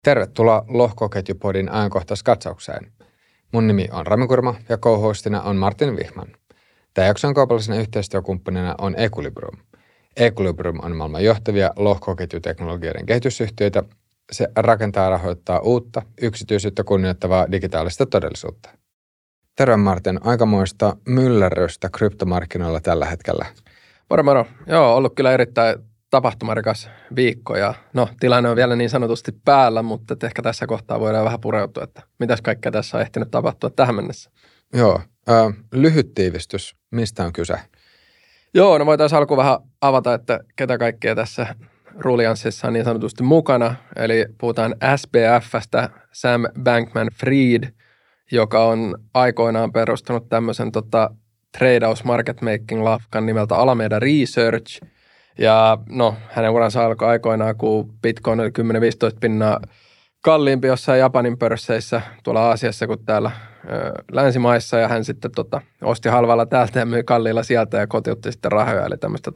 Tervetuloa Lohkoketjupodin ajankohtaiskatsaukseen. Mun nimi on Rami Kurma ja co-hostina on Martin Vihman. Tämä jakson kaupallisena yhteistyökumppanina on Equilibrium. Equilibrium on maailman johtavia lohkoketjuteknologioiden kehitysyhtiöitä. Se rakentaa ja rahoittaa uutta, yksityisyyttä kunnioittavaa digitaalista todellisuutta. Terve Martin, aikamoista myllerrystä kryptomarkkinoilla tällä hetkellä. Moro. Joo, ollut kyllä erittäin tapahtumarikas viikko ja tilanne on vielä niin sanotusti päällä, mutta ehkä tässä kohtaa voidaan vähän pureutua, että mitäs kaikkea tässä on ehtinyt tapahtua tähän mennessä. Joo, lyhyt tiivistys, mistä on kyse? Joo, voitaisiin alkuun vähän avata, että ketä kaikkea tässä rulianssissa on niin sanotusti mukana. Eli puhutaan SBF:stä, Sam Bankman-Fried, joka on aikoinaan perustanut tämmöisen tradeaus market making -lafkan nimeltä Alameda Research. Ja hänen uransa alkoi aikoinaan, kun Bitcoin oli 10-15% kalliimpi jossain Japanin pörsseissä tuolla Aasiassa kuin täällä länsimaissa. Ja hän sitten osti halvalla täältä ja myi kalliilla sieltä ja kotiutti sitten rahoja, eli tämmöistä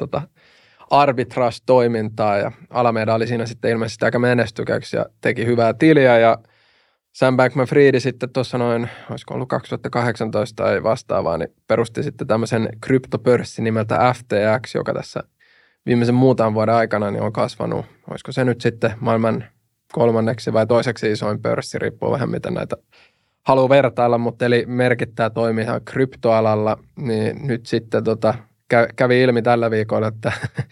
arbitrage-toimintaa. Ja Alameda oli siinä sitten ilmeisesti aika menestykäksi ja teki hyvää tiliä. Ja Sam Bankman-Fried sitten tuossa olisiko ollut 2018 tai vastaavaa, niin perusti sitten tämmöisen kryptopörssin nimeltä FTX, joka tässä viimeisen muutaman vuoden aikana niin on kasvanut, olisiko se nyt sitten maailman kolmanneksi vai toiseksi isoin pörssi, riippuu vähän miten näitä haluaa vertailla, mutta eli merkittää toimia kryptoalalla, niin nyt sitten kävi ilmi tällä viikolla, että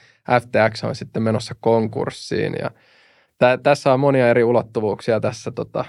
FTX on sitten menossa konkurssiin ja tässä on monia eri ulottuvuuksia tässä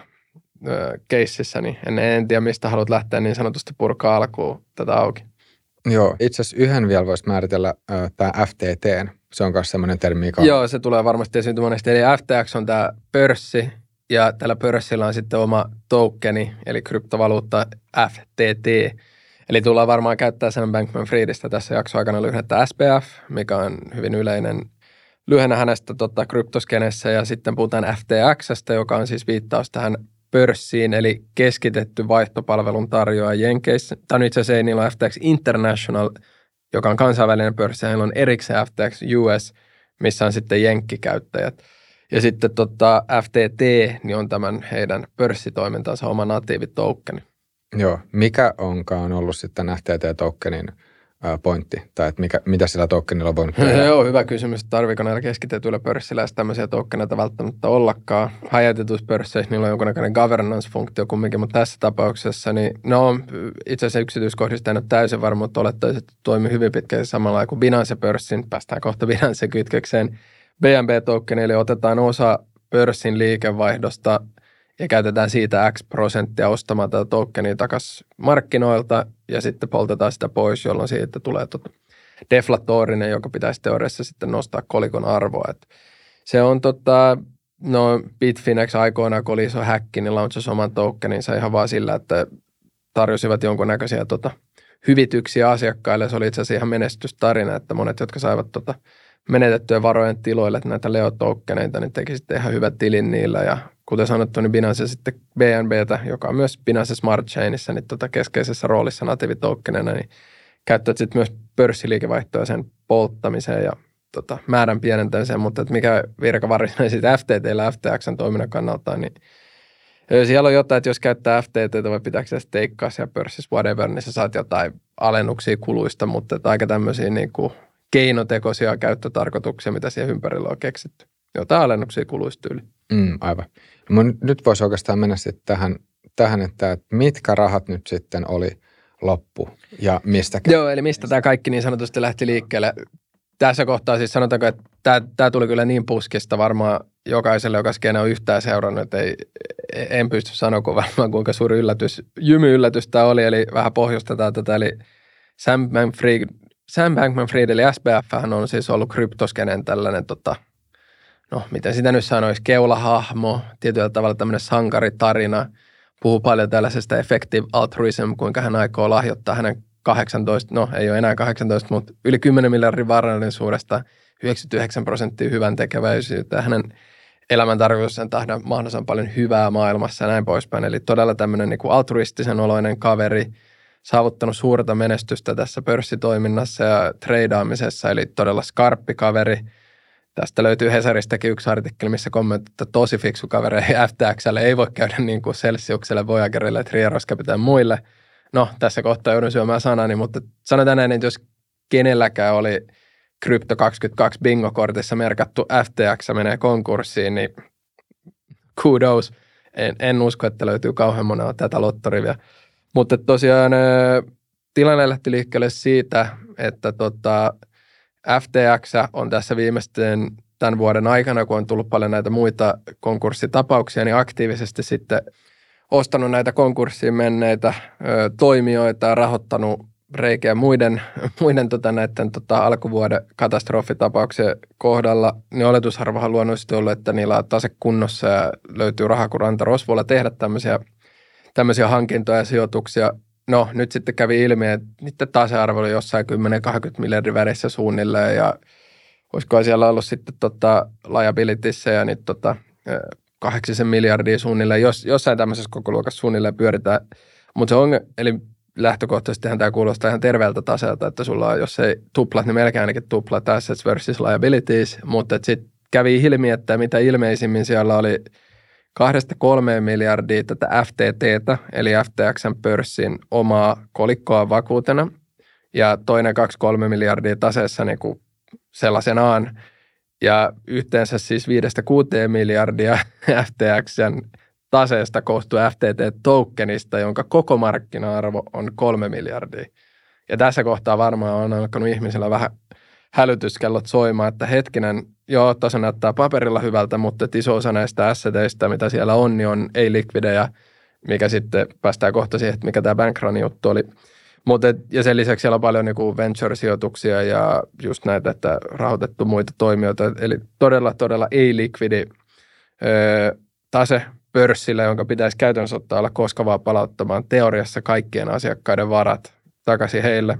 keississä, niin en tiedä mistä haluat lähteä niin sanotusti purkaa alkuun tätä auki. Joo, itse asiassa yhden vielä voisi määritellä tämä FTT. Se on myös semmoinen termi. Joo, se tulee varmasti esiin monesti. Eli FTX on tämä pörssi ja tällä pörssillä on sitten oma tokeni, eli kryptovaluutta FTT. Eli tullaan varmaan käyttää Sam Bankman-Friedistä tässä jakson aikana lyhennettä SBF, mikä on hyvin yleinen lyhenne hänestä kryptoskenessä. Ja sitten puhutaan FTX:stä, joka on siis viittaus tähän pörssiin, eli keskitetty vaihtopalvelun tarjoaja Jenkeissä. Tämä on itse asiassa niillä on FTX International, joka on kansainvälinen pörssi, ja heillä on erikseen FTX US, missä on sitten jenkkikäyttäjät. Ja sitten FTT niin on tämän heidän pörssitoimintansa oma natiivitokeni. Joo, mikä onkaan ollut sitten FTT-tokenin pointti, tai että mitä sillä tokenilla on voinut tehdä? Joo, hyvä kysymys. Tarviiko näillä keskitetyillä pörssillä tämmöisiä tokeneita välttämättä ollakaan? Hajautetuissa pörsseissä niillä on jonkunnäköinen governance-funktio kumminkin, mutta tässä tapauksessa niin itse asiassa yksityiskohdista en ole täysin varma, mutta olettaisin, että toimii hyvin pitkälti samalla kuin Binance-pörssin. Päästään kohta Binance-kytkökseen. BNB-tokeni, eli otetaan osa pörssin liikevaihdosta ja käytetään siitä X% ostamaan tätä tokenia takaisin markkinoilta ja sitten poltetaan sitä pois, jolloin siitä tulee deflatorinen, joka pitäisi teoriassa sitten nostaa kolikon arvoa. Et se on Bitfinex aikoinaan, kun oli iso häkki, niin launchasi oman tokeninsa ihan vaan sillä, että tarjosivat jonkunnäköisiä hyvityksiä asiakkaille. Se oli itse asiassa ihan menestystarina, että monet, jotka saivat menetettyä varojen tiloille näitä Leo-tokeneita, niin teki sitten ihan hyvät tilin niillä ja kuten sanottu, niin Binance sitten BNBtä, joka on myös Binance Smart Chainissa, niin keskeisessä roolissa natiivitokenina, niin käyttävät sitten myös pörssiliikevaihtoja sen polttamiseen ja määrän pienentämiseen, mutta että mikä virka varsinaisesti FTT:llä FTX:n toiminnan kannalta, niin siellä on jotain, että jos käyttää FTT:tä vai pitääkö se steikkaa siellä pörssissä whatever, niin sä saat jotain alennuksia kuluista, mutta että aika tämmöisiä niin kuin keinotekoisia käyttötarkoituksia, mitä siihen ympärillä on keksitty. Jotain alennuksia kuluista yli. Aivan. Nyt voisi oikeastaan mennä sitten tähän, että mitkä rahat nyt sitten oli loppu ja mistä? Joo, eli mistä tämä kaikki niin sanotusti lähti liikkeelle. Tässä kohtaa siis sanotaanko, että tämä tuli kyllä niin puskista varmaan jokaiselle, joka skene on yhtään seurannut, että en pysty sanoa varmaan kuinka suuri yllätys tämä oli, eli vähän pohjustetaan tätä, eli Sam Bankman-Fried eli SBF on siis ollut kryptoskenen tällainen miten sitä nyt sanoisi, keulahahmo, tietyllä tavalla tämmöinen sankaritarina, puhuu paljon tällaisesta effective altruism, kuinka hän aikoo lahjoittaa hänen 18, ei ole enää 18, mutta yli 10 miljardin varallisuudesta 99% hyvän tekeväisyyttä. Hänen elämäntarkoitus on tehdä mahdollisimman paljon hyvää maailmassa ja näin poispäin. Eli todella tämmöinen niin kuin altruistisen oloinen kaveri, saavuttanut suurta menestystä tässä pörssitoiminnassa ja treidaamisessa, eli todella skarppi kaveri. Tästä löytyy Hesaristakin yksi artikkeli, missä kommentti, että tosi fiksu kaveri FTX:lle ei voi käydä niin kuin Celsiukselle, Voyagerille, Trieros Capital muille. No, tässä kohtaa joudun syömään sanani, mutta sanotaan näin, että jos kenelläkään oli Crypto 22 bingo-kortissa merkattu FTX menee konkurssiin, niin kudos. En usko, että löytyy kauhean monella tätä lottoriviä. Mutta tosiaan tilanne lähti liikkeelle siitä, että FTX on tässä viimeisten tämän vuoden aikana, kun on tullut paljon näitä muita konkurssitapauksia, niin aktiivisesti sitten ostanut näitä konkurssiin menneitä toimijoita ja rahoittanut reikiä muiden näiden alkuvuoden katastrofitapauksien kohdalla. Niin oletusarvohan luonnollisesti ollut, että niillä on tase kunnossa ja löytyy rahaa kuin ranta rosvoilla tehdä tämmöisiä hankintoja ja sijoituksia. No, nyt sitten kävi ilmi, että niiden tasearvo oli jossain 10-20 miljardin välissä suunnilleen ja olisiko siellä ollut sitten liabilityssä ja nyt 8 miljardia suunnilleen, jossain tämmöisessä kokoluokassa suunnilleen pyöritään. Mutta se on, eli lähtökohtaisestihan tämä kuulostaa ihan terveeltä taseelta, että sulla on, jos ei tuplat, niin melkein ainakin tuplat assets versus liabilities, mutta sitten kävi ilmi, että mitä ilmeisimmin siellä oli 2-3 miljardia tätä FTTtä, eli FTXn pörssin omaa kolikkoa vakuutena, ja toinen 2-3 miljardia taseessa niin kuin sellaisenaan, ja yhteensä siis 5-6 miljardia FTXn taseesta koostuu FTT-tokenista, jonka koko markkina-arvo on 3 miljardia. Ja tässä kohtaa varmaan on alkanut ihmisillä vähän hälytyskellot soimaan, että hetkinen, joo, tuossa näyttää paperilla hyvältä, mutta iso osa näistä asseteista, mitä siellä on, niin on ei-likvidejä, mikä sitten päästään kohta siihen, että mikä tämä bankrun-juttu oli. Ja sen lisäksi siellä on paljon niin kuin venture-sijoituksia ja just näitä, että rahoitettu muita toimijoita. Eli todella ei-likvidi tase pörssillä, jonka pitäisi käytännössä ottaa olla koska vaan palauttamaan teoriassa kaikkien asiakkaiden varat takaisin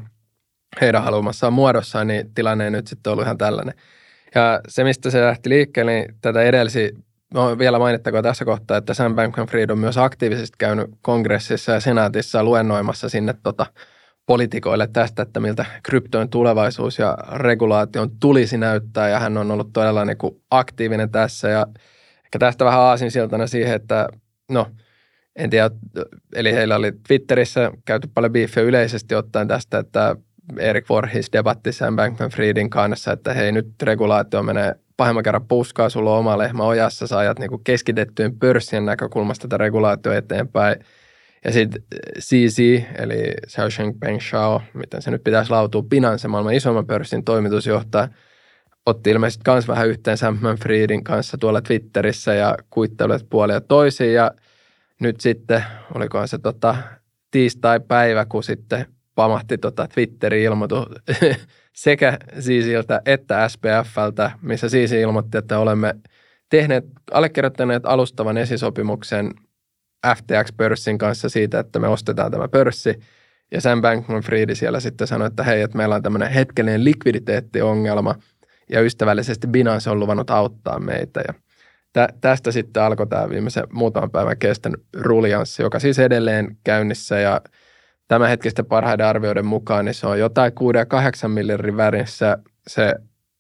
heidän haluamassaan muodossaan, niin tilanne ei nyt sitten ollut ihan tällainen. Ja se, mistä se lähti liikkeelle, niin tätä edelsi, vielä mainittakoon tässä kohtaa, että Sam Bankman-Fried on myös aktiivisesti käynyt kongressissa ja senaatissa luennoimassa sinne poliitikoille tästä, että miltä kryptojen tulevaisuus ja regulaation tulisi näyttää, ja hän on ollut todella niin kuin aktiivinen tässä, ja ehkä tästä vähän aasinsiltana siihen, että no, en tiedä, eli heillä oli Twitterissä käyty paljon beefiä yleisesti ottaen tästä, että Eric Voorhees debatti Sam Bankman-Friedin kanssa, että hei, nyt regulaatio menee pahemman kerran puskaa, sulla on oma lehmä ojassa, sä ajat niin kuin keskitettyjen pörssien näkökulmasta tätä regulaatio eteenpäin. Ja sitten CZ, eli Xiaosheng Shao, miten se nyt pitäisi lautua, Binance, maailman isomman pörssin toimitusjohtaja, otti ilmeisesti myös vähän yhteen Sam Bankman-Friedin kanssa tuolla Twitterissä ja kuittailuet puolia toisiin. Ja nyt sitten, olikohan se tiistai-päivä, kun sitten pamahti Twitterin ilmoitus sekä CZiltä että SPFltä, missä CZ ilmoitti, että olemme allekirjoittaneet alustavan esisopimuksen FTX-pörssin kanssa siitä, että me ostetaan tämä pörssi. Ja Sam Bankman-Fried siellä sitten sanoi, että hei, että meillä on tämmöinen hetkellinen likviditeettiongelma ja ystävällisesti Binance on luvannut auttaa meitä. Ja tästä sitten alkoi tämä viimeisen muutaman päivän kestänyt ruljanssi, joka siis edelleen käynnissä ja tämänhetkisten parhaiden arvioiden mukaan niin se on jotain 6-8 miljardin värissä se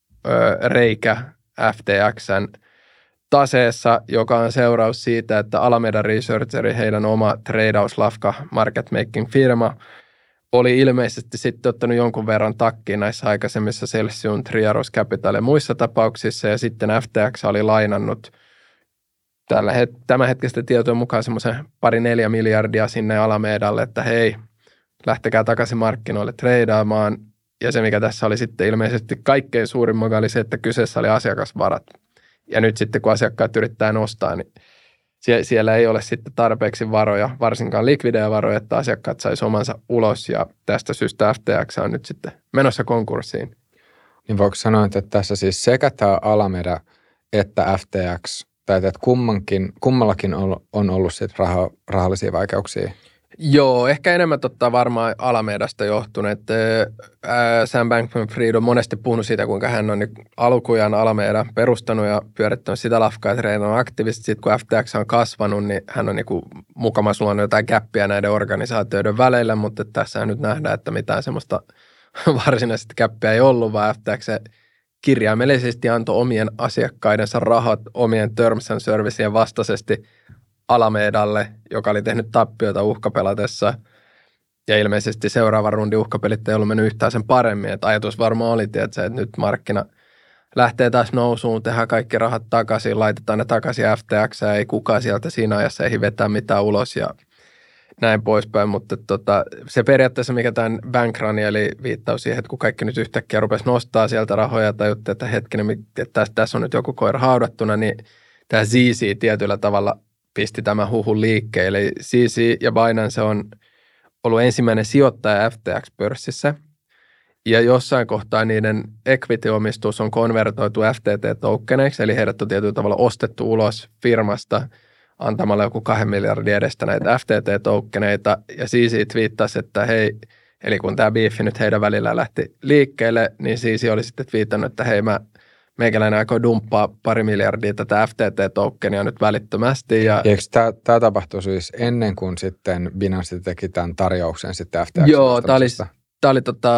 reikä FTXn taseessa, joka on seuraus siitä, että Alameda Researcheri, heidän oma treidauslafka market making firma, oli ilmeisesti sitten ottanut jonkun verran takkiin näissä aikaisemmissa Celsius, Trieros Capital ja muissa tapauksissa, ja sitten FTX oli lainannut tämänhetkisten tietojen mukaan semmoisen 2-4 miljardia sinne Alamedalle, että hei, lähtekää takaisin markkinoille treidaamaan, ja se mikä tässä oli sitten ilmeisesti kaikkein suurin oli se, että kyseessä oli asiakasvarat. Ja nyt sitten kun asiakkaat yrittää nostaa, niin siellä ei ole sitten tarpeeksi varoja, varsinkaan likvidejä varoja, että asiakkaat saisi omansa ulos ja tästä syystä FTX on nyt sitten menossa konkurssiin. Niin voiko sanoa, että tässä siis sekä tämä Alameda että FTX, tai että kummallakin on ollut sitten rahallisia vaikeuksia? Joo, ehkä enemmän varmaan Alamedasta johtunut. Sam Bankman-Fried on monesti puhunut siitä, kuinka hän on alkujaan Alameda perustanut ja pyörittänyt sitä lafkaa ja treenannut aktiivisesti. Sitten kun FTX on kasvanut, niin hän on mukamassa luonut jotain gäppiä näiden organisaatioiden välillä, mutta tässä nyt nähdään, että mitään semmoista varsinaisesti gäppiä ei ollut, vaan FTX kirjaimellisesti antoi omien asiakkaidensa rahat omien Terms and Servicien vastaisesti Alamedalle, joka oli tehnyt tappiota uhkapelatessa. Ja ilmeisesti seuraava rundi uhkapelit ei ollut mennyt yhtään sen paremmin. Että ajatus varmaan oli, että nyt markkina lähtee taas nousuun, tehdään kaikki rahat takaisin, laitetaan ne takaisin FTX, ja ei kukaan sieltä siinä ajassa ei vetää mitään ulos ja näin poispäin. Mutta se periaatteessa, mikä tämän bankrun, eli viittaus siihen, että kun kaikki nyt yhtäkkiä rupesi nostaa sieltä rahoja tai juttu, että hetkinen, että tässä on nyt joku koira haudattuna, niin tämä ZZ tietyllä tavalla pisti tämän huhun liikkeelle. Eli ZZ ja Binance on ollut ensimmäinen sijoittaja FTX-pörssissä. Ja jossain kohtaa niiden equity-omistus on konvertoitu FTT-tokeneiksi, eli heidät on tietyllä tavalla ostettu ulos firmasta antamalla joku 2 miljardin edestä näitä FTT-tokeneita. Ja CZ twiittasi, että hei, eli kun tämä biifi nyt heidän välillä lähti liikkeelle, niin CZ oli sitten twiitannut, että hei, meikäläinen aikoo dumppaa 2 miljardia tätä FTT-tokenia nyt välittömästi. Ja eikö tämä tapahtui siis ennen kuin sitten Binance teki tämän tarjouksen sitten FTX? Joo, tämä oli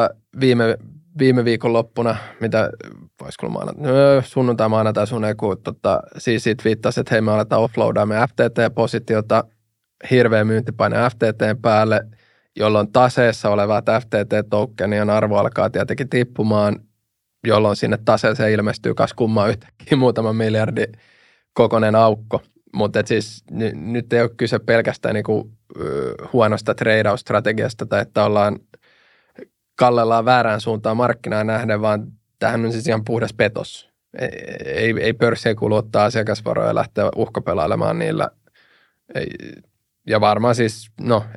viime viikon loppuna, mitä voisiko sunnuntai maanantai sun ei kun CZ twiittasi, että hei, me aletaan offloadaamme FTT-positiota, hirveä myyntipaine FTTn päälle, jolloin taseessa olevat FTT-tokenien arvo alkaa tietenkin tippumaan, jolloin sinne taseeseen ilmestyy kas kummaa yhtäkkiä muutaman miljardin kokoinen aukko. Mutta siis nyt ei ole kyse pelkästään niinku huonosta trade-out-strategiasta tai että kallellaan väärään suuntaan markkinaa nähden, vaan tämähän on siis ihan puhdas petos. Ei pörssiin kuulu ottaa asiakasvaroja ja lähteä uhkapelailemaan niillä. Ja varmaan siis,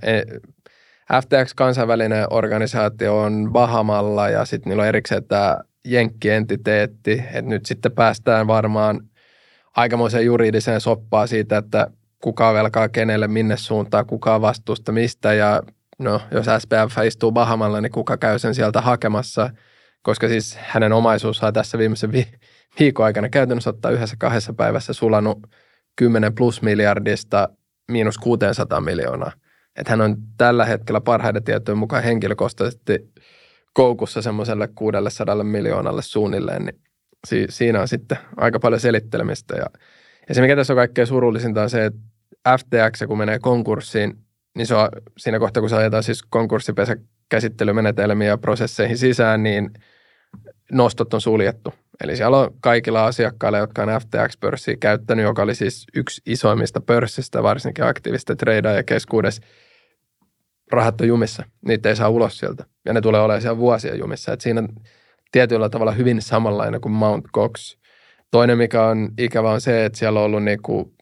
FTX kansainvälinen organisaatio on Bahamalla ja sitten niillä on erikseen tämä jenkkientiteetti, että nyt sitten päästään varmaan aikamoiseen juridiseen soppaan siitä, että kuka velkaa kenelle, minne suuntaan, kuka vastuusta mistä ja jos SPF istuu Bahamalla, niin kuka käy sen sieltä hakemassa, koska siis hänen omaisuushan tässä viimeisen viikon aikana käytännössä ottaa 1-2 päivässä sulanut 10 plus miljardista miinus 600 miljoonaa. Että hän on tällä hetkellä parhaiden tietojen mukaan henkilökohtaisesti koukussa semmoiselle 600 miljoonalle suunnilleen, niin siinä on sitten aika paljon selittelemistä. Ja se, mikä tässä on kaikkein surullisinta, on se, että FTX, kun menee konkurssiin, niin se on siinä kohtaa, kun se ajetaan siis konkurssipesäkäsittelymenetelmiä ja prosesseihin sisään, niin nostot on suljettu. Eli siellä on kaikilla asiakkailla, jotka on FTX-pörssiä käyttänyt, joka oli siis yksi isoimmista pörssistä, varsinkin aktiivisten tradeaajien keskuudessa, rahat on jumissa. Niitä ei saa ulos sieltä. Ja ne tulee olemaan siellä vuosia jumissa. Et siinä on tietyllä tavalla hyvin samanlainen kuin Mt. Gox. Toinen, mikä on ikävä, on se, että siellä on ollut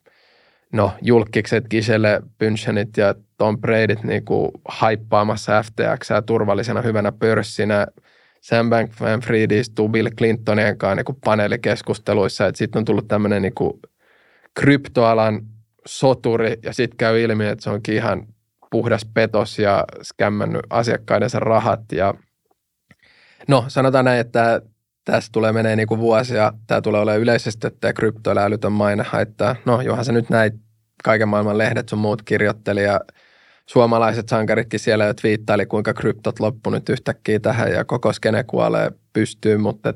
julkkikset, Gisele Bündchenit ja Tom Bradyt haippaamassa FTX:ää turvallisena hyvänä pörssinä. Sam Bankman-Fried istuu Bill Clintonien kanssa paneelikeskusteluissa, että sitten on tullut tämmöinen kryptoalan soturi ja sitten käy ilmi, että se onkin ihan puhdas petos ja skämmännyt asiakkaidensa rahat. Ja sanotaan näin, että tässä tulee menee vuosia. Tämä tulee olemaan yleisesti, että kryptoilla älytön maine haittaa. Johan se nyt näin kaiken maailman lehdet sun muut kirjoitteli ja suomalaiset sankaritkin siellä jo twiittaili, kuinka kryptot loppu nyt yhtäkkiä tähän ja koko skene kuolee pystyyn, mutta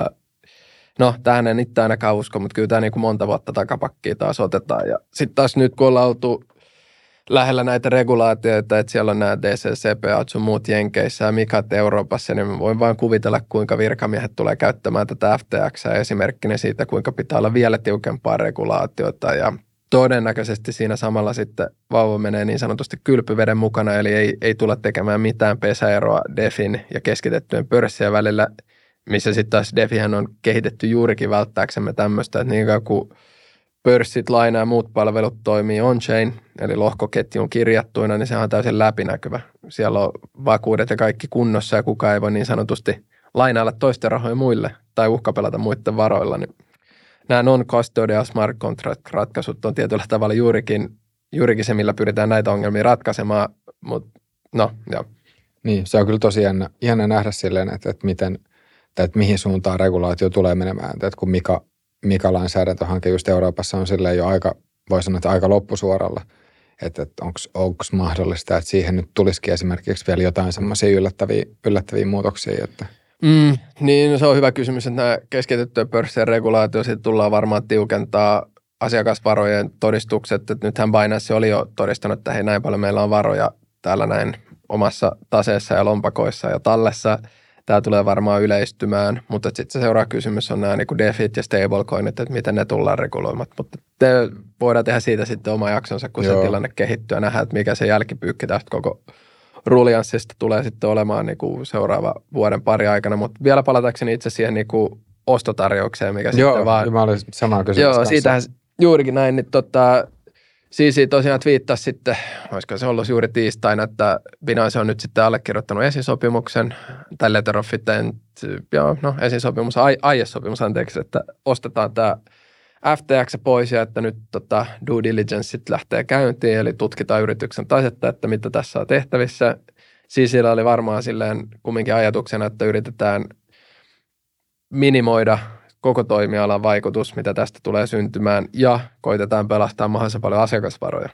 tähän en itse ainakaan usko, mutta kyllä tämä monta vuotta takapakkia taas otetaan. Ja sitten taas nyt, kun ollaan oltu lähellä näitä regulaatioita, että siellä on nämä DCCP, sun muut Jenkeissä ja mikat Euroopassa, niin voin vaan kuvitella, kuinka virkamiehet tulee käyttämään tätä FTX:ää esimerkkinä siitä, kuinka pitää olla vielä tiukempaa regulaatiota ja todennäköisesti siinä samalla sitten vauva menee niin sanotusti kylpyveden mukana, eli ei tule tekemään mitään pesäeroa DeFin ja keskitettyjen pörssien välillä, missä sitten taas DeFihän on kehitetty juurikin välttääksemme tämmöistä, että niin kuin pörssit, laina ja muut palvelut toimii on-chain, eli lohkoketjuun kirjattuina, niin se on täysin läpinäkyvä. Siellä on vakuudet ja kaikki kunnossa ja kukaan ei voi niin sanotusti lainailla toisten rahoja muille tai uhkapelata muiden varoilla, niin nämä non-custodial smart contract-ratkaisut on tietyllä tavalla juurikin se, millä pyritään näitä ongelmia ratkaisemaan, mutta joo. Niin, se on kyllä tosi jännä nähdä silleen, että mihin suuntaan regulaatio tulee menemään, että kun mikä lainsäädäntöhanke just Euroopassa on silleen jo voi sanoa, että aika loppusuoralla, että onko mahdollista, että siihen nyt tulisikin esimerkiksi vielä jotain semmoisia yllättäviä muutoksia, että Niin se on hyvä kysymys, että nämä keskitettyjen pörssien regulaatio, siitä tullaan varmaan tiukentaa asiakasvarojen todistukset, että nythän Binance oli jo todistanut, että hei näin paljon meillä on varoja täällä näin omassa taseessa ja lompakoissa ja tallessa. Tämä tulee varmaan yleistymään, mutta sitten se seuraava kysymys on nämä niin DeFit ja stablecoinit, että miten ne tullaan reguloimaan. Mutta voidaan tehdä siitä sitten oma jaksonsa, kun se tilanne kehittyy ja nähdään, että mikä se jälkipyykki tästä koko ruljanssista tulee sitten olemaan niin kuin seuraava vuoden pari aikana. Mutta vielä palatakseni itse siihen niin kuin ostotarjoukseen, mikä sitten vaan... Joo, mä olin samaa kysymys Joo, kanssa. siitähän juurikin näin, niin Sisi tosiaan twiittasi sitten, olisiko se ollut juuri tiistaina, että Binance on nyt sitten allekirjoittanut esisopimuksen, tai letter of intent, esisopimus, aiesopimus, anteeksi, että ostetaan tämä FTX pois ja että nyt due diligence lähtee käyntiin, eli tutkitaan yrityksen tasetta, että mitä tässä on tehtävissä. Sisillä oli varmaan silleen kumminkin ajatuksena, että yritetään minimoida koko toimialan vaikutus, mitä tästä tulee syntymään, ja koitetaan pelastaa mahdollisimman paljon asiakasvaroja.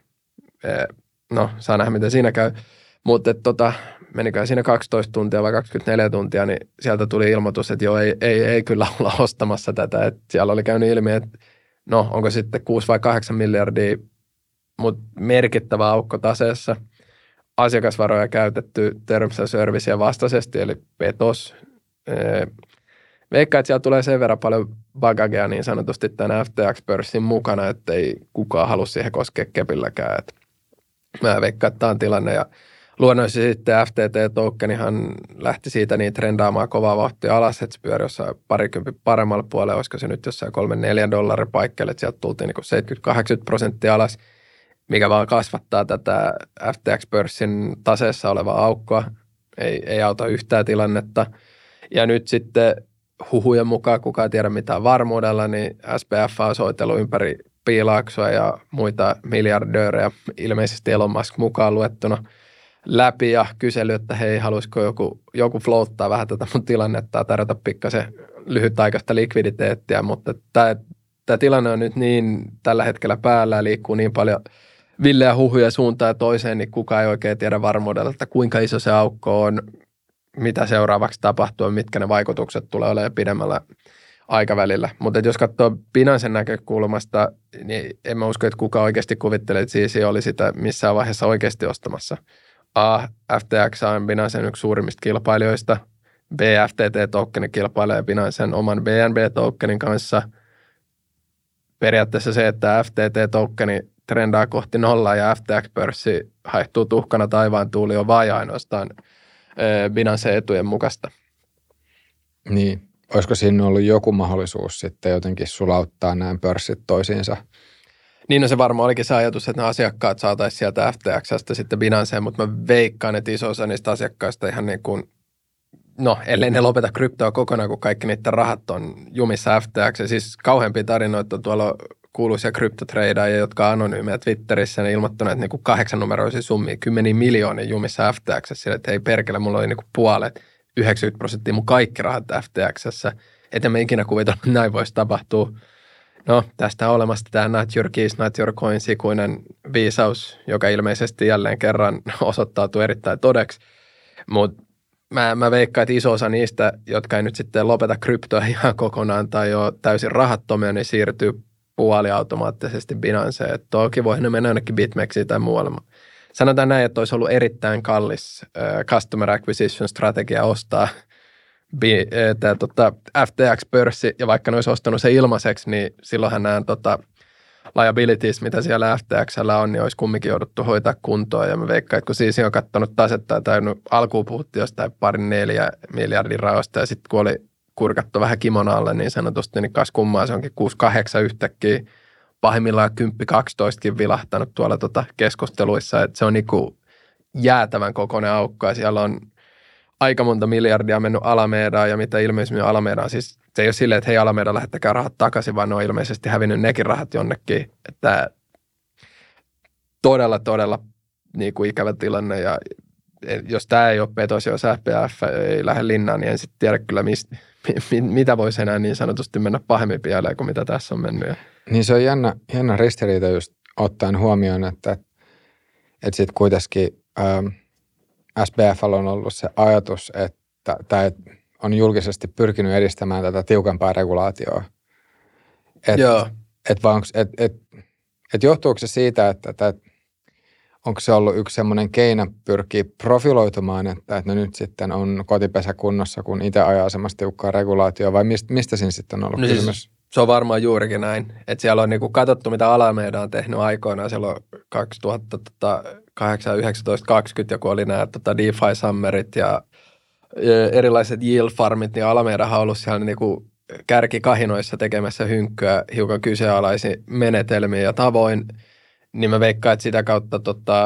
No, saa nähdä, miten siinä käy. Mutta menikö siinä 12 tuntia vai 24 tuntia, niin sieltä tuli ilmoitus, että joo, ei kyllä olla ostamassa tätä. Et siellä oli käynyt ilmi, että no, onko sitten 6 vai 8 miljardia, mutta merkittävä aukko taseessa. Asiakasvaroja käytetty terms ja servicea vastaisesti, eli petos. Veikkaan, että siellä tulee sen verran paljon bagagea niin sanotusti tämän FTX-pörssin mukana, että ei kukaan halua siihen koskea kepilläkään. Et mä veikkaan, että tämä on tilanne. Ja luonnollisesti sitten FTT-tokenihan lähti siitä niin trendaamaan kovaa vauhtia alas, että se pyöri jossain parikympi paremmalla puolella, olisiko se nyt jossain $3-4 paikkeelle, että sieltä tultiin niin 70-80% alas, mikä vaan kasvattaa tätä FTX-pörssin taseessa olevaa aukkoa. Ei auta yhtään tilannetta. Ja nyt sitten huhujen mukaan, kukaan ei tiedä mitään varmuudella, niin SBF on soitellut ympäri piilaaksoa ja muita miljardöörejä, ilmeisesti Elon Musk mukaan luettuna, läpi ja kysely, että hei, haluaisiko joku floattaa vähän tätä mun tilannetta ja tarjota pikkasen lyhytaikaista likviditeettiä, mutta tämä tilanne on nyt niin tällä hetkellä päällä ja liikkuu niin paljon villeä huhuja suuntaan ja toiseen, niin kukaan ei oikein tiedä varmuudella, että kuinka iso se aukko on, mitä seuraavaksi tapahtuu, mitkä ne vaikutukset tulee olemaan pidemmällä aikavälillä. Mutta jos katsoo Binancen näkökulmasta, niin en mä usko, että kukaan oikeasti kuvittelee, että Sisi oli sitä missään vaiheessa oikeasti ostamassa. A, FTX on Binancen yksi suurimmista kilpailijoista. B, FTT-tokeni kilpailee Binancen oman BNB-tokenin kanssa. Periaatteessa se, että FTT-tokeni trendaa kohti nollaa ja FTX-pörssi haihtuu tuhkana taivaan tuuli on vain ainoastaan Binancen etujen mukaista. Niin. Olisiko siinä ollut joku mahdollisuus sitten jotenkin sulauttaa nämä pörssit toisiinsa? Niin, no se varmaan olikin se ajatus, että ne asiakkaat saataisiin sieltä FTX:stä sitten Binanceen, mutta mä veikkaan, että iso osa niistä asiakkaista ihan niin kuin, no ellei ne lopeta kryptoa kokonaan, kun kaikki niiden rahat on jumissa FTX. Siis kauheampia tarinoita on tuolla kuuluisia kryptotreidaajia, jotka on anonyymejä Twitterissä, ne ilmoittaneet niin kuin 8-numeroisia summia, 10 miljoonia jumissa FTX:ssä, sillä että hei perkele, mulla oli niin kuin puolet, 90% mun kaikki rahat FTX:ssä, et en mä ikinä kuvitella, että näin voisi tapahtua. No, tästä on olemassa tämä not your keys, not your coins -ikuinen viisaus, joka ilmeisesti jälleen kerran osoittautuu erittäin todeksi, mutta mä veikkaan, että iso osa niistä, jotka ei nyt sitten lopeta kryptoa ihan kokonaan tai ole täysin rahattomia, niin siirtyy puoliautomaattisesti Binanceen. Et toki voi ne mennä ainakin BitMEXiin tai muualle. Sanotaan näin, että olisi ollut erittäin kallis customer acquisition strategia ostaa FTX-pörssi, ja vaikka ne olisi ostanut se ilmaiseksi, niin silloinhan nämä liabilities, mitä siellä FTX:llä on, niin olisi kumminkin jouduttu hoitaa kuntoon. Ja mä veikkaan, että kun Sisi on katsonut tasetta tai alkuun puhuttiin jostain 2-4 miljardin raosta, ja sitten kun oli kurkattu vähän kimon alle niin sanotusti, niin kas kummaa se onkin 6-8 yhtäkkiä. Pahimmillaan 10-12kin vilahtanut tuolla keskusteluissa, että se on niinku jäätävän kokoinen aukko, ja siellä on aika monta miljardia mennyt Alamedaan, ja mitä ilmeisemmin Alamedaan, siis se ei ole silleen, että hei Alameda, lähettäkää rahat takaisin, vaan ne on ilmeisesti hävinnyt nekin rahat jonnekin, että todella niin kuin ikävä tilanne, ja jos tämä ei ole petos, jos FPF ei lähde linnaan, niin en sitten tiedä kyllä, mitä voisi enää niin sanotusti mennä pahemmin pieleen kuin mitä tässä on mennyt. Niin se on jännä ristiriita just ottaen huomioon, että sitten kuitenkin SBF:llä on ollut se ajatus, että on julkisesti pyrkinyt edistämään tätä tiukempaa regulaatioa. Johtuuko se siitä, että onko se ollut yksi semmoinen keino pyrkiä profiloitumaan, että no nyt sitten on kotipesä kunnossa, kun itse ajaa semmoista tiukkaa regulaatioa, vai mista siinä sitten on ollut kysymys? Siis se on varmaan juurikin näin, että siellä on niinku katsottu, mitä Alameda on tehnyt aikoinaan, silloin 2008, 19, 20, kun oli nämä DeFi Summerit ja erilaiset yield farmit, niin Alamedahan on ollut siellä niinku kärkikahinoissa tekemässä hynkkyä hiukan kyseenalaisiin menetelmiin ja tavoin, niin mä veikkaan, että sitä kautta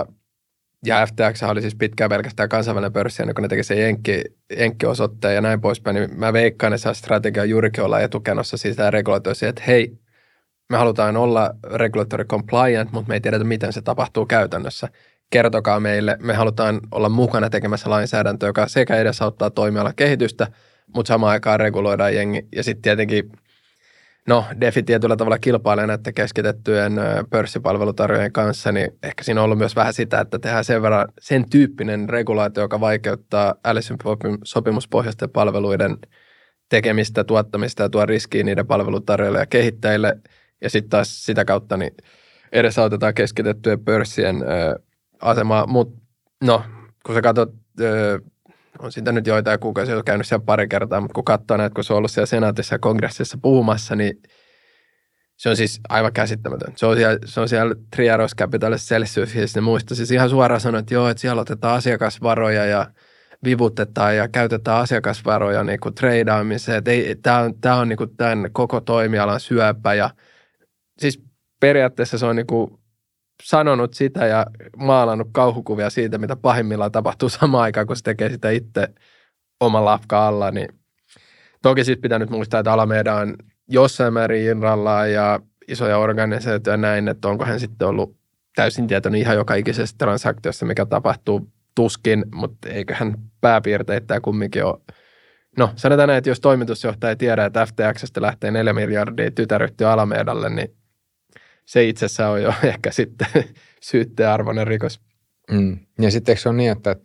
ja FTX oli siis pitkään pelkästään kansainvälinen pörssi, kun ne teki sen jenkkiosoitteen ja näin poispäin, niin mä veikkaan, että se strategia juurikin olla etukenossa siitä regulaatioissa, että hei, me halutaan olla regulatory compliant, mutta me ei tiedetä, miten se tapahtuu käytännössä. Kertokaa meille, me halutaan olla mukana tekemässä lainsäädäntöä, joka sekä edesauttaa toimialan kehitystä, mutta samaan aikaan reguloidaan jengi. Ja sitten tietenkin, DeFi tietyllä tavalla kilpailee näiden keskitettyjen pörssipalvelutarjoajien kanssa, niin ehkä siinä on ollut myös vähän sitä, että tehdään sen tyyppinen regulaatio, joka vaikeuttaa sopimuspohjaisten palveluiden tekemistä, tuottamista ja tuo riskiä niiden palvelutarjoajille ja kehittäjille. Ja sitten taas sitä kautta niin edesautetaan keskitettyjen pörssien asemaa. Mutta kun sä katsot, on siitä nyt joitain kuukausia käynyt siellä pari kertaa, mutta kun katsoo näitä, kun se on ollut siellä senaatissa ja kongressissa puhumassa, niin se on siis aivan käsittämätön. Se on siellä Three Arrows Capital Celsiusissa, ne muista siis ihan suoraan sanoa, että joo, että siellä otetaan asiakasvaroja ja vivutetaan ja käytetään asiakasvaroja niin kuin treidaamiseen. Tämä on niin kuin tämän koko toimialan syöpä ja siis periaatteessa se on niin kuin sanonut sitä ja maalannut kauhukuvia siitä, mitä pahimmillaan tapahtuu samaan aikaan, kun se tekee sitä itse oman lafka alla. Niin toki sitten pitää nyt muistaa, että Alameda on jossain määrin irrallaan ja isoja organisaatioita näin, että onko hän sitten ollut täysin tietoinen ihan joka ikisessä transaktiossa, mikä tapahtuu tuskin, mutta eiköhän pääpiirteittäin kumminkin ole. Sanotaan näin, että jos toimitusjohtaja ei tiedä, että FTX:stä lähtee 4 miljardia tytäryhtiö Alamedalle, niin se itsessään on jo ehkä sitten syyttearvoinen rikos. Ja sitten eikö se ole niin, että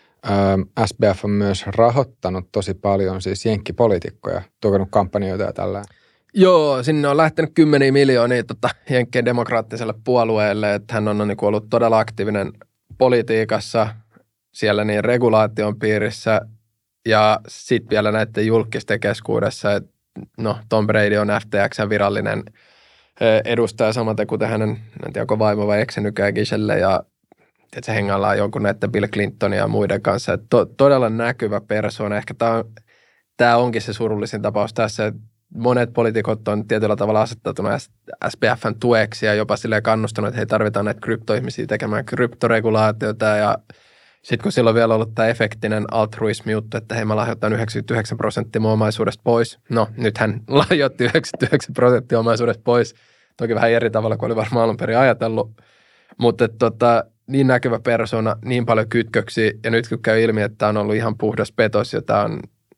SBF on myös rahoittanut tosi paljon siis jenkkipoliitikkoja, tukenut kampanjoita ja tällä. Joo, sinne on lähtenyt 10 miljoonia Jenkkien demokraattiselle puolueelle, että hän on niin ollut todella aktiivinen politiikassa, siellä niin regulaation piirissä ja sitten vielä näiden julkisten keskuudessa, että Tom Brady on FTX:n virallinen edustaja samaten kuten hänen, en tiedä onko vaimo vai eikö se nykyään Giselle ja että se hengaillaan jonkun näiden Bill Clintonin ja muiden kanssa. Todella näkyvä persoona. Ehkä tämä onkin se surullisin tapaus tässä, että monet poliitikot on tietyllä tavalla asettautunut SBF:n tueksi ja jopa silleen kannustanut, että hei tarvitaan näitä kryptoihmisiä tekemään kryptoregulaatiota ja sitten kun silloin on vielä ollut tämä efektinen altruismi-juttu, että hei mä lahjoitan 99% mun omaisuudesta pois. Nyt hän lahjoitti 99% omaisuudesta pois. Toki vähän eri tavalla kuin oli varmaan alun perin ajatellut. Mutta niin näkyvä persona, niin paljon kytköksiä ja nyt kun käy ilmi, että tämä on ollut ihan puhdas petos ja tämä on,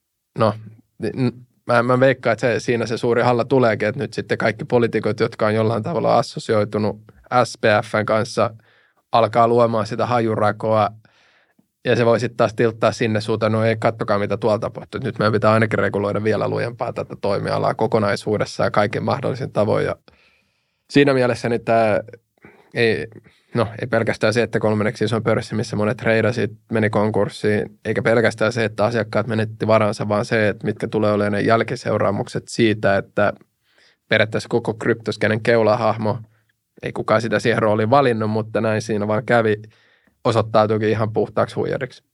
mä veikkaan, että siinä se suuri halla tuleekin, että nyt sitten kaikki poliitikot, jotka on jollain tavalla assosioitunut SPF:n kanssa, alkaa luomaan sitä hajurakoa ja se voi sitten taas tilttaa sinne suuntaan, ei katsokaa mitä tuolla tapahtuu. Nyt meidän pitää ainakin reguloida vielä lujempaa tätä toimialaa kokonaisuudessaan kaiken mahdollisin tavoin ja siinä mielessä niin tämä ei pelkästään se, että kolmanneksi iso pörssi, missä monet treidasit meni konkurssiin, eikä pelkästään se, että asiakkaat menetti varansa, vaan se, että mitkä tulee olemaan ne jälkiseuraamukset siitä, että periaatteessa koko kryptoskenen keulahahmo, ei kukaan sitä siihen rooliin valinnut, mutta näin siinä vaan kävi, osoittautuikin ihan puhtaaksi huijariksi.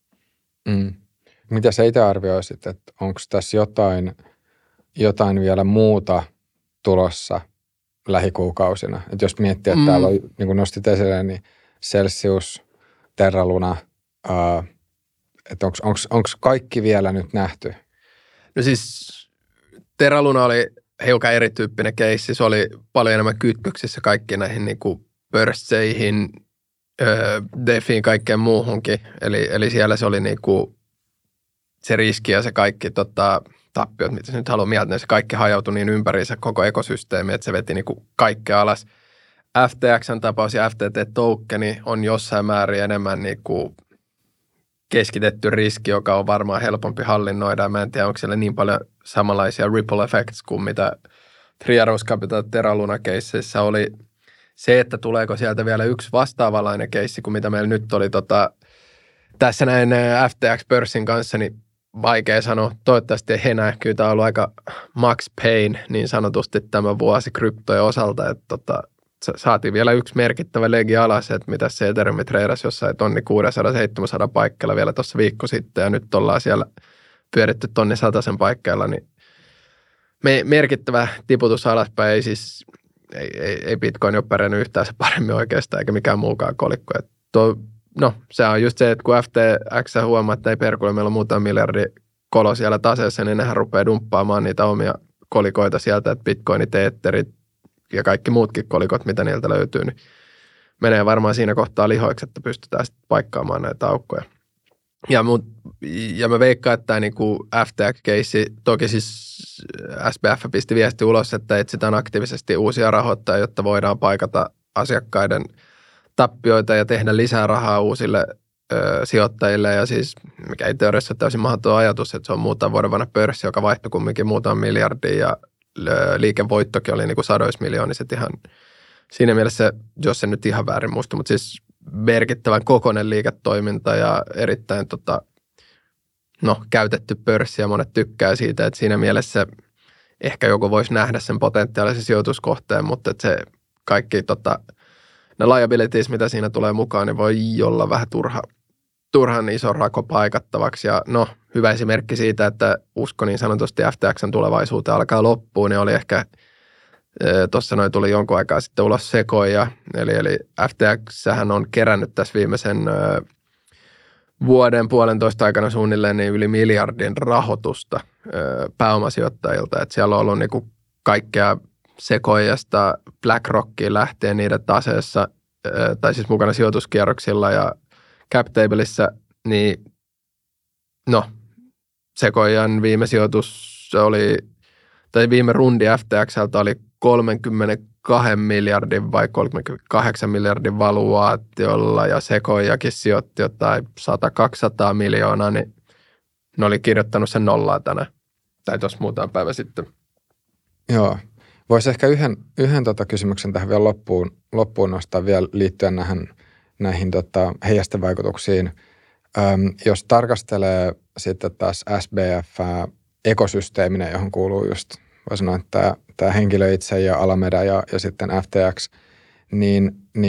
Mitä sä itse arvioisit, että onko tässä jotain vielä muuta tulossa lähikuukausina? Että jos miettii, että täällä on, niin kuin nostit esille, niin Celsius, Terra Luna, että onko kaikki vielä nyt nähty? No siis Terra Luna oli hiukan erityyppinen keissi. Se oli paljon enemmän kytköksissä kaikkiin näihin niin kuin pörsseihin, DeFiin, kaikkeen muuhunkin. Eli siellä se oli niin kuin se riski ja se kaikki tappiot, mitä se nyt haluaa mieltä, se kaikki hajautui niin ympäriinsä koko ekosysteemi, että se veti niin kuin kaikkea alas. FTX:n tapaus ja FTT-tokeni on jossain määrin enemmän niin kuin keskitetty riski, joka on varmaan helpompi hallinnoida. Mä en tiedä, onko siellä niin paljon samanlaisia ripple effects kuin mitä Three Arrows Capital Terra Luna -keisseissä oli. Se, että tuleeko sieltä vielä yksi vastaavanlainen keissi kuin mitä meillä nyt oli tässä näin FTX-pörssin kanssa, niin vaikea sanoa. Toivottavasti ei enää. Kyllä tämä on ollut aika max pain niin sanotusti tämä vuosi kryptojen osalta, että saatiin vielä yksi merkittävä legi alas, että mitä se Ethereum treidasi jossain 1600-1700 paikkeilla vielä tuossa viikko sitten, ja nyt ollaan siellä pyöritty 1100 paikkeilla, niin merkittävä tiputus alaspäin, ei Bitcoin ole pärjännyt yhtään se paremmin oikeastaan, eikä mikään muukaan kolikko. Se on just se, että kun FTX huomaa, että ei perkule, meillä on muutama miljardi kolo siellä taseessa, niin nehän rupeaa dumppaamaan niitä omia kolikoita sieltä, että Bitcoinit, Etherit ja kaikki muutkin kolikot, mitä niiltä löytyy, niin menee varmaan siinä kohtaa lihoiksi, että pystytään sitten paikkaamaan näitä aukkoja. Ja mä veikkaan, että tämä niinku FTX-keissi, toki siis SBF pisti viesti ulos, että etsitään aktiivisesti uusia rahoittajia, jotta voidaan paikata asiakkaiden tappioita ja tehdä lisää rahaa uusille sijoittajille. Ja siis mikä ei teoriassa täysin mahdoton ajatus, että se on muutaman vuoden vanha pörssi, joka vaihtoi kumminkin muutaman miljardin ja liikevoittokin oli niinku sadoissa miljooniset ihan siinä mielessä, jos se nyt ihan väärin muista, mutta siis merkittävän kokoinen liiketoiminta ja erittäin käytetty pörssi ja monet tykkää siitä, että siinä mielessä ehkä joku voisi nähdä sen potentiaalisen sijoituskohteen, mutta että se kaikki ne liabilities, mitä siinä tulee mukaan, niin voi olla vähän turhan iso rako paikattavaksi. Ja hyvä esimerkki siitä, että usko niin sanotusti FTX:n tulevaisuuteen alkaa loppuun, niin oli ehkä tuossa noin tuli jonkun aikaa sitten ulos Sequoia, eli FTX:hän on kerännyt tässä viimeisen vuoden puolentoista aikana suunnilleen niin yli miljardin rahoitusta pääomasijoittajilta. Et siellä on ollut niinku kaikkea Sequoiasta BlackRockiin lähtien niiden taseessa, tai siis mukana sijoituskierroksilla ja CapTableissa, niin Sequoian viime sijoitus oli, tai viime rundi FTX:ltä oli 32 miljardin vai 38 miljardin valuaatiolla ja Sequoiakin sijoitti jotain 100-200 miljoonaa, niin ne oli kirjoittanut sen nollaa tänään, tai tuossa muutama päivä sitten. Joo. Voisi ehkä yhden kysymyksen tähän vielä loppuun nostaa vielä liittyen näihin heijastevaikutuksiin. Jos tarkastelee sitten taas SBF-ekosysteeminen, johon kuuluu just, voi sanoa, että tämä henkilö itse ja Alameda ja sitten FTX, niin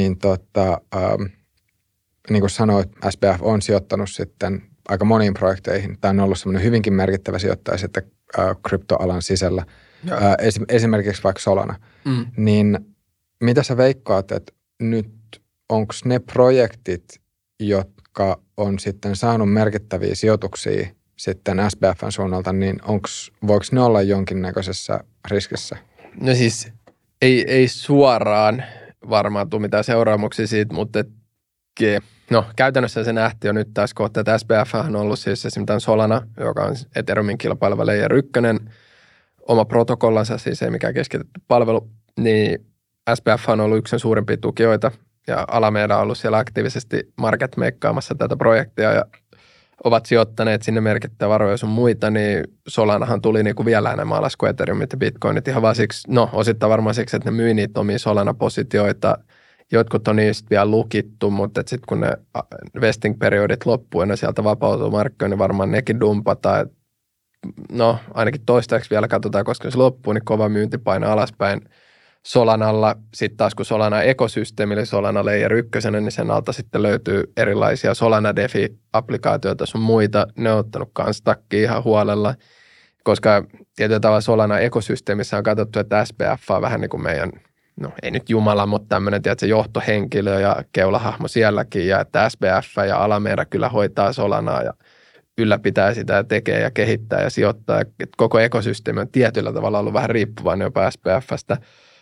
kuin sanoit, SBF on sijoittanut sitten aika moniin projekteihin. Tämä on ollut semmoinen hyvinkin merkittävä sijoittaja sitten kryptoalan sisällä. Esimerkiksi vaikka Solana. Niin mitä sä veikkaat, että nyt onko ne projektit, jotka on sitten saanut merkittäviä sijoituksia sitten SBF:n suunnalta, niin voiko ne olla jonkinnäköisessä riskissä? No siis ei suoraan varmaan tule mitään seuraamuksia siitä, mutta käytännössä se nähtiin jo nyt tässä kohtaa, että SBF on ollut siis esimerkiksi Solana, joka on Ethereumin kilpaileva Layer 1, oma protokollansa, siis ei mikään keskitetty palvelu, niin SBF on ollut yksi sen suurimpia tukijoita ja Alameda on ollut siellä aktiivisesti market-meikkaamassa tätä projektia ja ovat sijoittaneet sinne merkittävää varoja sun muita, niin Solanahan tuli niinku vielä enemmän alas kuin Ethereumit ja Bitcoinit ihan vaan siksi, osittain varmaan siksi, että ne myi niitä omia Solana-positioita. Jotkut on niistä vielä lukittu, mutta sitten kun ne vesting-periodit loppuu ja ne sieltä vapautuu markkinoille, niin varmaan nekin dumpataan. Ainakin toistaiseksi vielä katsotaan, koska se loppuu, niin kova myynti painaa alaspäin Solanalla. Sitten taas kun Solana ekosysteemi, eli Solana Layer 1, niin sen alta sitten löytyy erilaisia Solana DeFi-applikaatioita sun muita. Ne on ottanut kans takkiin ihan huolella, koska tietyllä tavalla Solana ekosysteemissä on katsottu, että SBF on vähän niin kuin meidän, ei nyt jumala, mutta tämmöinen johtohenkilö ja keulahahmo sielläkin, ja että SBF ja Alameda kyllä hoitaa Solanaa ja ylläpitää sitä ja tekee ja kehittää ja sijoittaa. Et koko ekosysteemi on tietyllä tavalla ollut vähän riippuvainen jopa SBF:stä.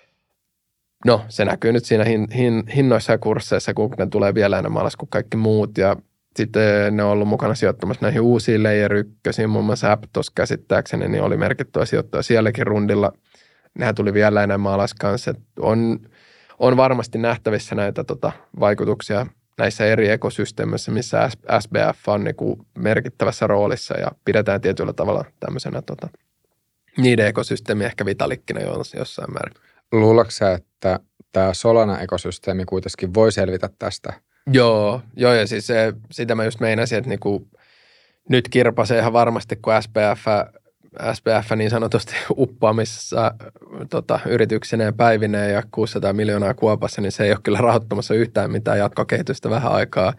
Se näkyy nyt siinä hinnoissa ja kursseissa, kun ne tulee vielä enemmän alas kuin kaikki muut. Ja sitten ne on ollut mukana sijoittamassa näihin uusiin Layer 1, muun muassa Aptos käsittääkseni, niin oli merkittävä sijoittaja sielläkin rundilla. Nehän tuli vielä enemmän alas kanssa. On varmasti nähtävissä näitä vaikutuksia näissä eri ekosysteemissä, missä SBF on niin kuin merkittävässä roolissa ja pidetään tietyllä tavalla tämmöisenä niiden ekosysteemi ehkä vitalikkina jossain määrin. Luuletko sä, että tämä Solana-ekosysteemi kuitenkin voi selvitä tästä? Joo, ja siis sitä mä just meinasin, että niinku, nyt kirpasee ihan varmasti, kun SBF niin sanotusti uppoamissa yrityksineen päivineen ja 600 miljoonaa kuopassa, niin se ei ole kyllä rahoittamassa yhtään mitään jatkokehitystä vähän aikaa.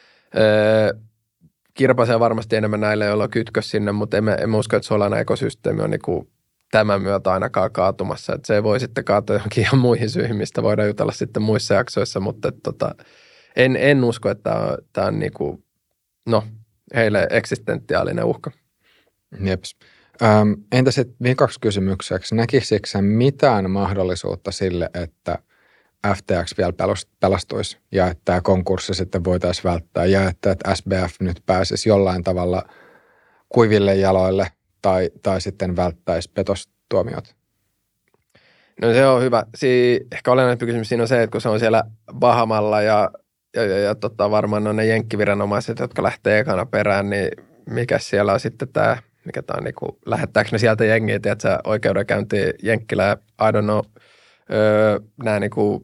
Kirpasee varmasti enemmän näille, joilla on kytkös sinne, mutta en usko, että Solana-ekosysteemi on niinku tämän myötä ainakaan kaatumassa. Että se voi sitten kaatua johonkin ihan muihin syihin, mistä voidaan jutella sitten muissa jaksoissa, mutta en usko, että tämä on niinku, heille eksistentiaalinen uhka. Jeps. Entä sitten viikaksi kysymykseksi, näkisikö sä mitään mahdollisuutta sille, että FTX vielä pelastuisi ja että tämä konkurssi sitten voitaisiin välttää ja että SBF nyt pääsisi jollain tavalla kuiville jaloille tai sitten välttäisi petostuomiot? No se on hyvä. Ehkä olennainen kysymys siinä on se, että kun se on siellä Bahamalla ja varmaan on ne jenkkiviranomaiset, jotka lähtee ekana perään, niin mikä siellä on sitten tämä, mikä tämä on niinku, lähettääkö ne sieltä jengiä, tiedätkö, oikeudenkäyntiin Jenkkilä, I don't know, nämä niinku,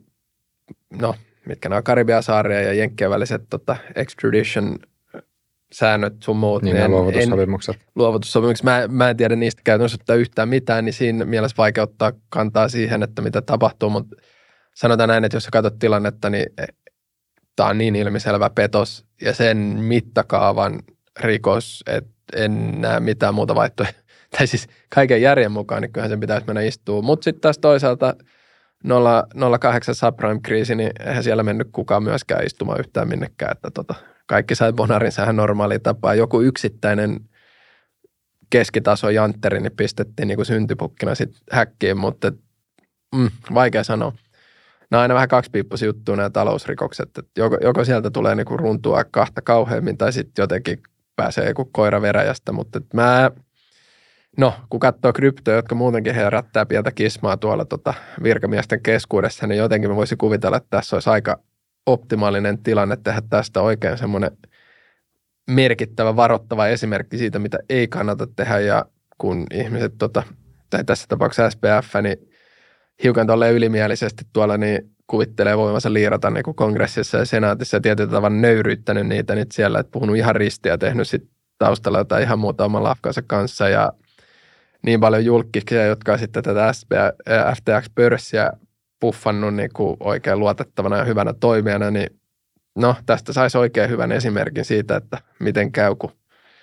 mitkä nämä Karibian saaria ja Jenkkien väliset extradition säännöt sun muut. Niin luovutussopimukset. Luovutussopimukset. Mä en tiedä niistä käytännössä yhtään mitään, niin siinä mielessä vaikea ottaa kantaa siihen, että mitä tapahtuu, mutta sanotaan näin, että jos sä katsot tilannetta, niin tämä on niin ilmiselvä petos ja sen mittakaavan rikos, että en näe mitään muuta vaihtoehtoa. Tai siis kaiken järjen mukaan, niin kyllähän sen pitäisi mennä istua. Mutta sitten taas toisaalta 08 subprime-kriisi, niin eihän siellä mennyt kukaan myöskään istumaan yhtään minnekään. Että kaikki sai bonarinsa ihan normaaliin tapaan. Joku yksittäinen keskitaso jantteri niin pistettiin niin kuin syntipukkina sitten häkkiin, mutta vaikea sanoa. Nämä on aina vähän kaksipiippuisia juttuja nämä talousrikokset. Että joko sieltä tulee niin kuin runtua kahta kauheammin tai sitten jotenkin pääsee joku koira veräjästä, mutta kun katsoo kryptoja, jotka muutenkin herättää pientä kismaa tuolla virkamiesten keskuudessa, niin jotenkin mä voisin kuvitella, että tässä olisi aika optimaalinen tilanne tehdä tästä oikein semmoinen merkittävä, varoittava esimerkki siitä, mitä ei kannata tehdä, ja kun ihmiset, tai tässä tapauksessa SPF, niin hiukan tolleen ylimielisesti tuolla, niin kuvittelee voimansa liirata niin kuin kongressissa ja senaatissa ja tietyllä tavalla nöyryyttänyt niitä nyt siellä, että puhunut ihan ristiä ja tehnyt sitten taustalla jotain ihan muuta oman lafkansa kanssa ja niin paljon julkkisia, jotka on sitten tätä FTX-pörssiä puffannut niin kuin oikein luotettavana ja hyvänä toimijana, niin tästä saisi oikein hyvän esimerkin siitä, että miten käy, kun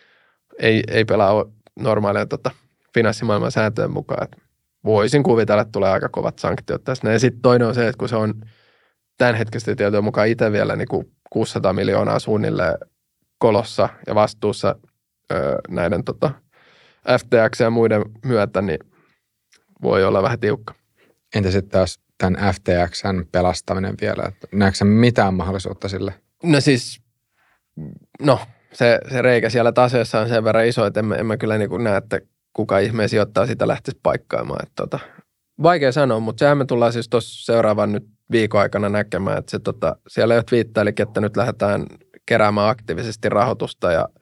ei pelaa normaalia finanssimaailman sääntöjen mukaan. Että voisin kuvitella, että tulee aika kovat sanktiot tässä. Ja sitten toinen on se, että kun se on tämänhetkisesti tietojen mukaan itse vielä niin kuin 600 miljoonaa suunnilleen kolossa ja vastuussa näiden FTX ja muiden myötä, niin voi olla vähän tiukka. Entä sitten taas tämän FTXn pelastaminen vielä? Näetkö sä mitään mahdollisuutta sille? No siis, se reikä siellä taseessa on sen verran iso, että en mä kyllä niin kuin näe, että kuka ihmeen sijoittaa sitä lähtisi paikkaamaan. Että vaikea sanoa, mutta sehän me tullaan siis tuossa seuraavan nyt viikon aikana näkemään, että se siellä jo twiittailikin, että nyt lähdetään keräämään aktiivisesti rahoitusta ja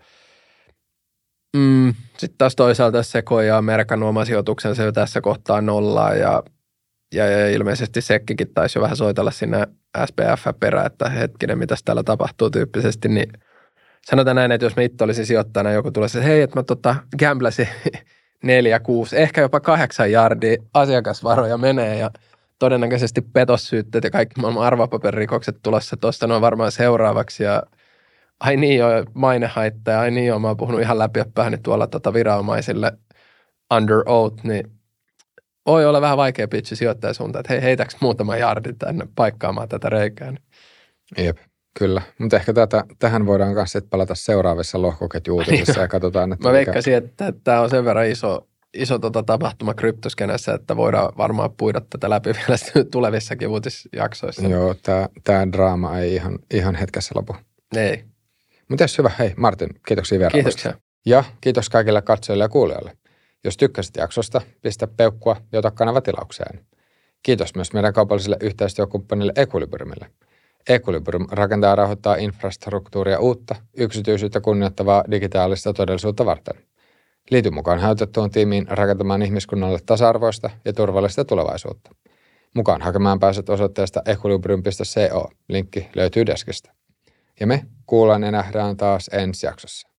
sitten taas toisaalta Sequoia on merkannut oman sijoituksensa jo tässä kohtaa nollaan ja ilmeisesti Sekkikin taisi jo vähän soitella sinne SPF-perään, että hetkinen, mitäs täällä tapahtuu tyyppisesti, niin sanotaan näin, että jos mä itse olisin sijoittajana, joku tulee se, hei, että mä gamblasin 4, 6, ehkä jopa 8 jardia asiakasvaroja menee ja todennäköisesti petossyytteet ja kaikki maailman arvopaperirikokset tulossa tuosta noin varmaan seuraavaksi ja ai niin joo, mainehaitta ja ai niin joo, mä oon puhunut ihan läpi ja päähni tuolla viranomaisille under oath, niin voi olla vähän vaikea pitchi sijoittajan suuntaan, että hei, heitäks muutama jardi tänne paikkaamaan tätä reikää. Jep, kyllä. Mutta ehkä tähän voidaan myös palata seuraavissa lohkoketju-uutisissa ja katsotaan, että mä veikkasin, että tämä on sen verran iso tapahtuma kryptoskenessä, että voidaan varmaan puida tätä läpi vielä tulevissakin uutisjaksoissa. Joo, tämä draama ei ihan hetkessä lopu. Ei. Mutta hyvä. Hei Martin, kiitoksia vierailusta. Kiitoksia. Ja kiitos kaikille katsojille ja kuulijoille. Jos tykkäsit jaksosta, pistä peukkua ja ota kanava tilaukseen. Kiitos myös meidän kaupalliselle yhteistyökumppanille Equilibriumille. Equilibrium rakentaa ja rahoittaa infrastruktuuria uutta, yksityisyyttä kunnioittavaa digitaalista todellisuutta varten. Liity mukaan hajautettuun tiimiin rakentamaan ihmiskunnalle tasa-arvoista ja turvallista tulevaisuutta. Mukaan hakemaan pääset osoitteesta equilibrium.co. Linkki löytyy deskistä. Ja me kuullaan ja nähdään taas ensi jaksossa.